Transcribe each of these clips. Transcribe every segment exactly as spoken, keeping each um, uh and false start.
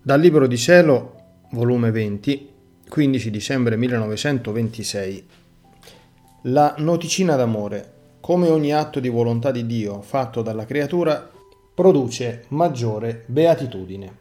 Dal Libro di Cielo, volume venti, quindici dicembre millenovecentoventisei. La noticina d'amore, come ogni atto di volontà di Dio fatto dalla creatura, produce maggiore beatitudine.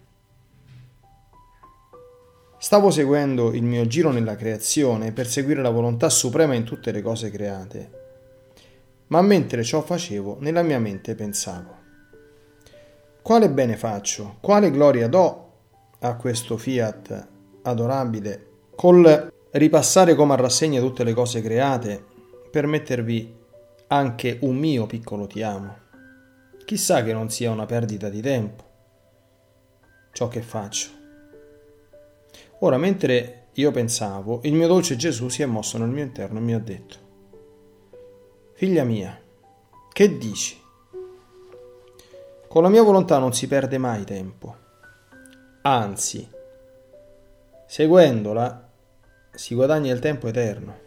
Stavo seguendo il mio giro nella creazione per seguire la volontà suprema in tutte le cose create, ma mentre ciò facevo, nella mia mente pensavo: quale bene faccio, quale gloria do a questo fiat adorabile col ripassare come a rassegna tutte le cose create per mettervi anche un mio piccolo ti amo. Chissà che non sia una perdita di tempo ciò che faccio. Ora, mentre io pensavo, il mio dolce Gesù si è mosso nel mio interno e mi ha detto: figlia mia, che dici? Con la mia volontà non si perde mai tempo. Anzi, seguendola si guadagna il tempo eterno.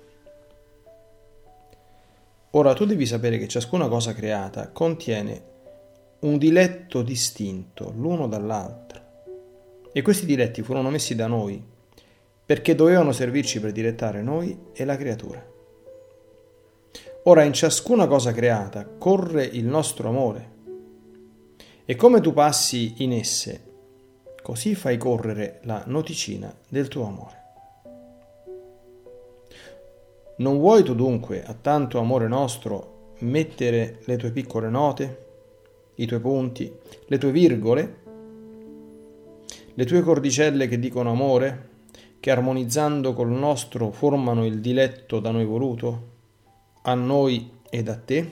Ora tu devi sapere che ciascuna cosa creata contiene un diletto distinto l'uno dall'altro, e questi diletti furono messi da noi perché dovevano servirci per dilettare noi e la creatura. Ora in ciascuna cosa creata corre il nostro amore, e come tu passi in esse, così fai correre la noticina del tuo amore. Non vuoi tu dunque, a tanto amore nostro, mettere le tue piccole note, i tuoi punti, le tue virgole, le tue cordicelle che dicono amore, che armonizzando col nostro formano il diletto da noi voluto, a noi ed a te?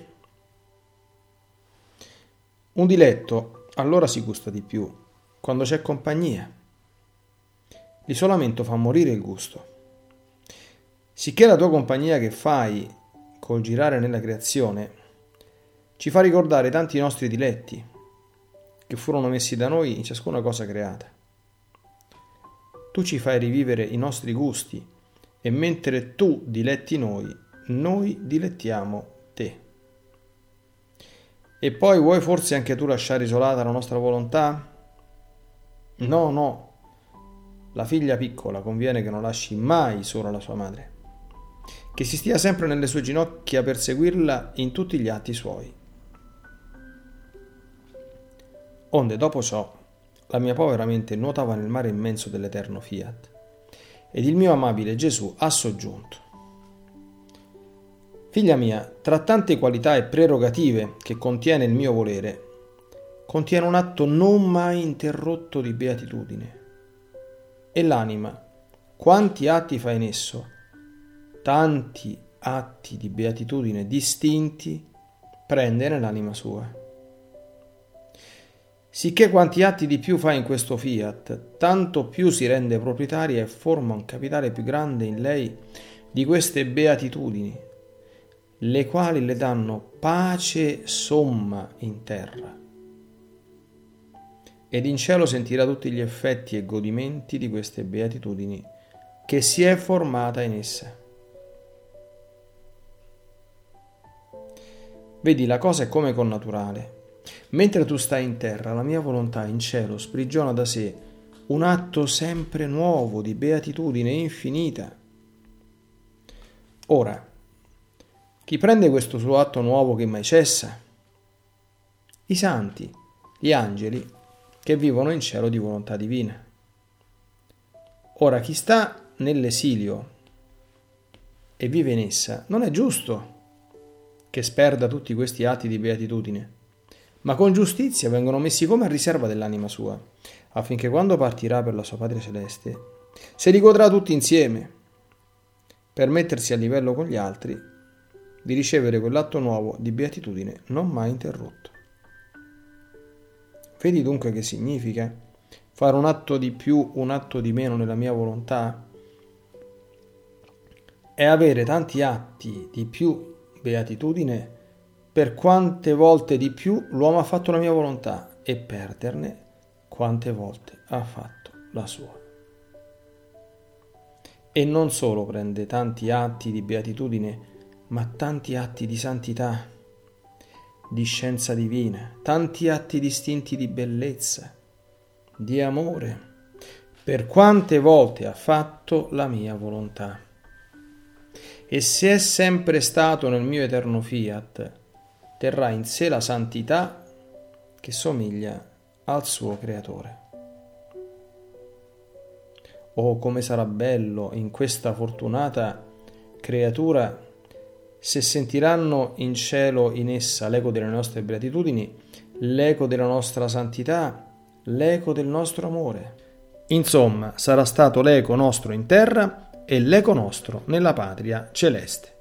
Un diletto allora si gusta di più quando c'è compagnia. L'isolamento fa morire il gusto. Sicché la tua compagnia che fai col girare nella creazione ci fa ricordare tanti nostri diletti che furono messi da noi in ciascuna cosa creata. Tu ci fai rivivere i nostri gusti, e mentre tu diletti noi, noi dilettiamo te. E poi vuoi forse anche tu lasciare isolata la nostra volontà? No, no, la figlia piccola conviene che non lasci mai sola la sua madre, che si stia sempre nelle sue ginocchia per seguirla in tutti gli atti suoi. Onde dopo ciò la mia povera mente nuotava nel mare immenso dell'eterno fiat, ed il mio amabile Gesù ha soggiunto: figlia mia, tra tante qualità e prerogative che contiene il mio volere, contiene un atto non mai interrotto di beatitudine. E l'anima, quanti atti fa in esso, tanti atti di beatitudine distinti prende nell'anima sua. Sicché quanti atti di più fa in questo fiat, tanto più si rende proprietaria e forma un capitale più grande in lei di queste beatitudini, le quali le danno pace somma in terra. Ed in cielo sentirà tutti gli effetti e godimenti di queste beatitudini che si è formata in essa. Vedi, la cosa è come connaturale. Mentre tu stai in terra, la mia volontà in cielo sprigiona da sé un atto sempre nuovo di beatitudine infinita. Ora, chi prende questo suo atto nuovo che mai cessa? I santi, gli angeli, che vivono in cielo di volontà divina. Ora, chi sta nell'esilio e vive in essa, non è giusto che sperda tutti questi atti di beatitudine, ma con giustizia vengono messi come a riserva dell'anima sua, affinché quando partirà per la sua patria celeste, se li godrà tutti insieme, per mettersi a livello con gli altri, di ricevere quell'atto nuovo di beatitudine non mai interrotto. Vedi dunque che significa fare un atto di più, un atto di meno nella mia volontà? È avere tanti atti di più beatitudine per quante volte di più l'uomo ha fatto la mia volontà, e perderne quante volte ha fatto la sua. E non solo prende tanti atti di beatitudine, ma tanti atti di santità, di scienza divina, tanti atti distinti di bellezza, di amore, per quante volte ha fatto la mia volontà. E se è sempre stato nel mio eterno fiat, terrà in sé la santità che somiglia al suo creatore. Oh, come sarà bello in questa fortunata creatura se sentiranno in cielo in essa l'eco delle nostre beatitudini, l'eco della nostra santità, l'eco del nostro amore. Insomma, sarà stato l'eco nostro in terra e l'eco nostro nella patria celeste.